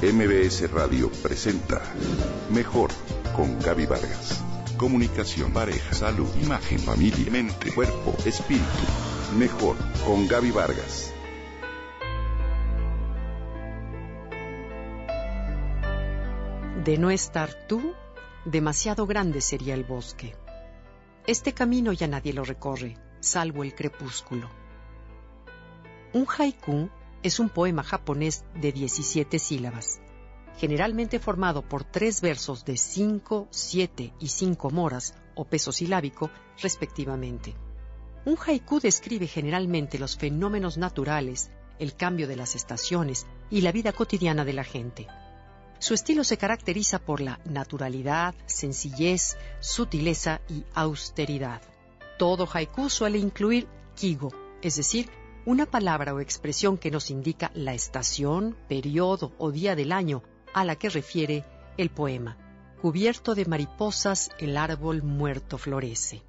MBS Radio presenta Mejor con Gaby Vargas. Comunicación, pareja, salud, imagen, familia, mente, cuerpo, espíritu. Mejor con Gaby Vargas. De no estar tú, demasiado grande sería el bosque. Este camino ya nadie lo recorre, salvo el crepúsculo. Un haiku es un poema japonés de 17 sílabas, generalmente formado por 3 versos de 5, 7 y 5 moras o peso silábico, respectivamente. Un haiku describe generalmente los fenómenos naturales, el cambio de las estaciones y la vida cotidiana de la gente. Su estilo se caracteriza por la naturalidad, sencillez, sutileza y austeridad. Todo haiku suele incluir kigo, es decir, una palabra o expresión que nos indica la estación, periodo o día del año a la que refiere el poema. Cubierto de mariposas, el árbol muerto florece.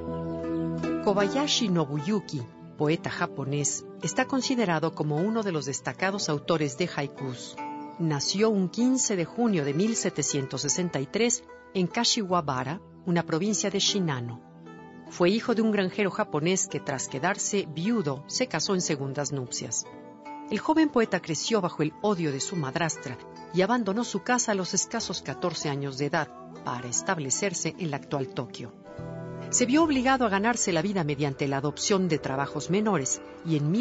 Kobayashi Nobuyuki, poeta japonés, está considerado como uno de los destacados autores de haikus. Nació un 15 de junio de 1763 en Kashiwabara, una provincia de Shinano. Fue hijo de un granjero japonés que, tras quedarse viudo, se casó en segundas nupcias. El joven poeta creció bajo el odio de su madrastra y abandonó su casa a los escasos 14 años de edad para establecerse en la actual Tokio. Se vio obligado a ganarse la vida mediante la adopción de trabajos menores y en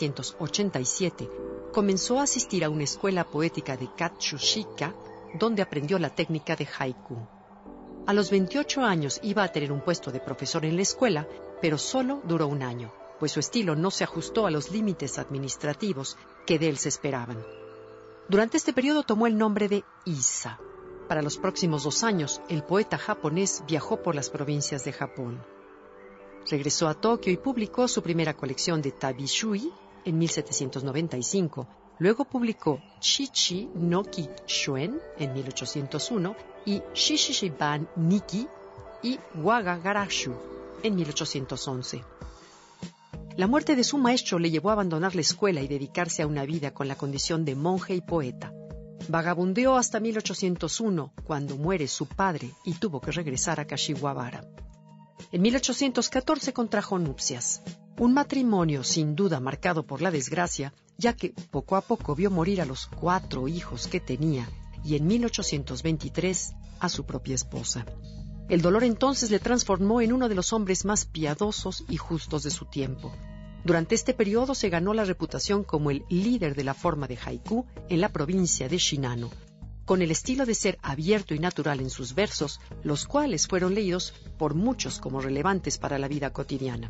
1787 comenzó a asistir a una escuela poética de Katsushika, donde aprendió la técnica de haiku. A los 28 años iba a tener un puesto de profesor en la escuela, pero solo duró un año, pues su estilo no se ajustó a los límites administrativos que de él se esperaban. Durante este periodo tomó el nombre de Issa. Para los próximos 2 años, el poeta japonés viajó por las provincias de Japón. Regresó a Tokio y publicó su primera colección de Tabishui en 1795. Luego publicó Shichi no Kishuen en 1801 y Shishiban Nikki y Waga Garashu en 1811. La muerte de su maestro le llevó a abandonar la escuela y dedicarse a una vida con la condición de monje y poeta. Vagabundeó hasta 1801, cuando muere su padre y tuvo que regresar a Kashiwabara. En 1814 contrajo nupcias, un matrimonio sin duda marcado por la desgracia, ya que poco a poco vio morir a los 4 hijos que tenía y en 1823 a su propia esposa. El dolor entonces le transformó en uno de los hombres más piadosos y justos de su tiempo. Durante este periodo se ganó la reputación como el líder de la forma de haiku en la provincia de Shinano, con el estilo de ser abierto y natural en sus versos, los cuales fueron leídos por muchos como relevantes para la vida cotidiana.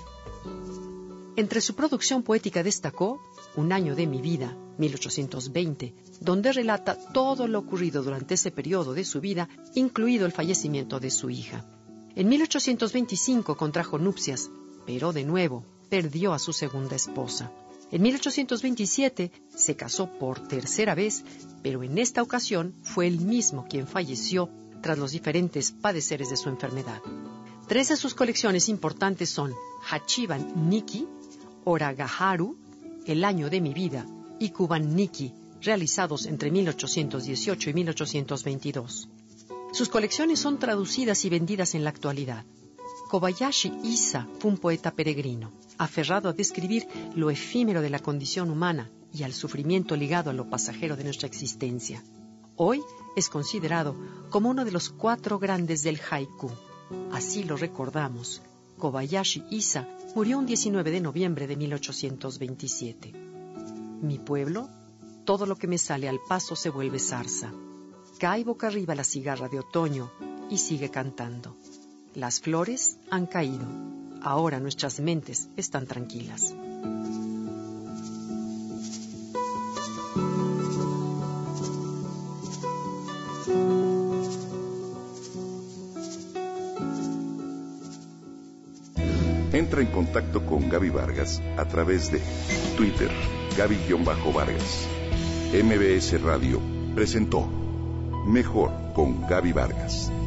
Entre su producción poética destacó Un año de mi vida, 1820, donde relata todo lo ocurrido durante ese periodo de su vida, incluido el fallecimiento de su hija. En 1825 contrajo nupcias, pero de nuevo perdió a su segunda esposa. En 1827 se casó por tercera vez, pero en esta ocasión fue él mismo quien falleció tras los diferentes padeceres de su enfermedad. 3 de sus colecciones importantes son Hachiban Nikki, Oragaharu, El año de mi vida y Kuban Nikki, realizados entre 1818 y 1822. Sus colecciones son traducidas y vendidas en la actualidad. Kobayashi Issa fue un poeta peregrino, aferrado a describir lo efímero de la condición humana y al sufrimiento ligado a lo pasajero de nuestra existencia. Hoy es considerado como uno de los 4 grandes del haiku. Así lo recordamos. Kobayashi Issa murió un 19 de noviembre de 1827. Mi pueblo, todo lo que me sale al paso se vuelve zarza. Cae boca arriba la cigarra de otoño y sigue cantando. Las flores han caído. Ahora nuestras mentes están tranquilas. Entra en contacto con Gaby Vargas a través de Twitter, Gaby-Vargas. MBS Radio presentó Mejor con Gaby Vargas.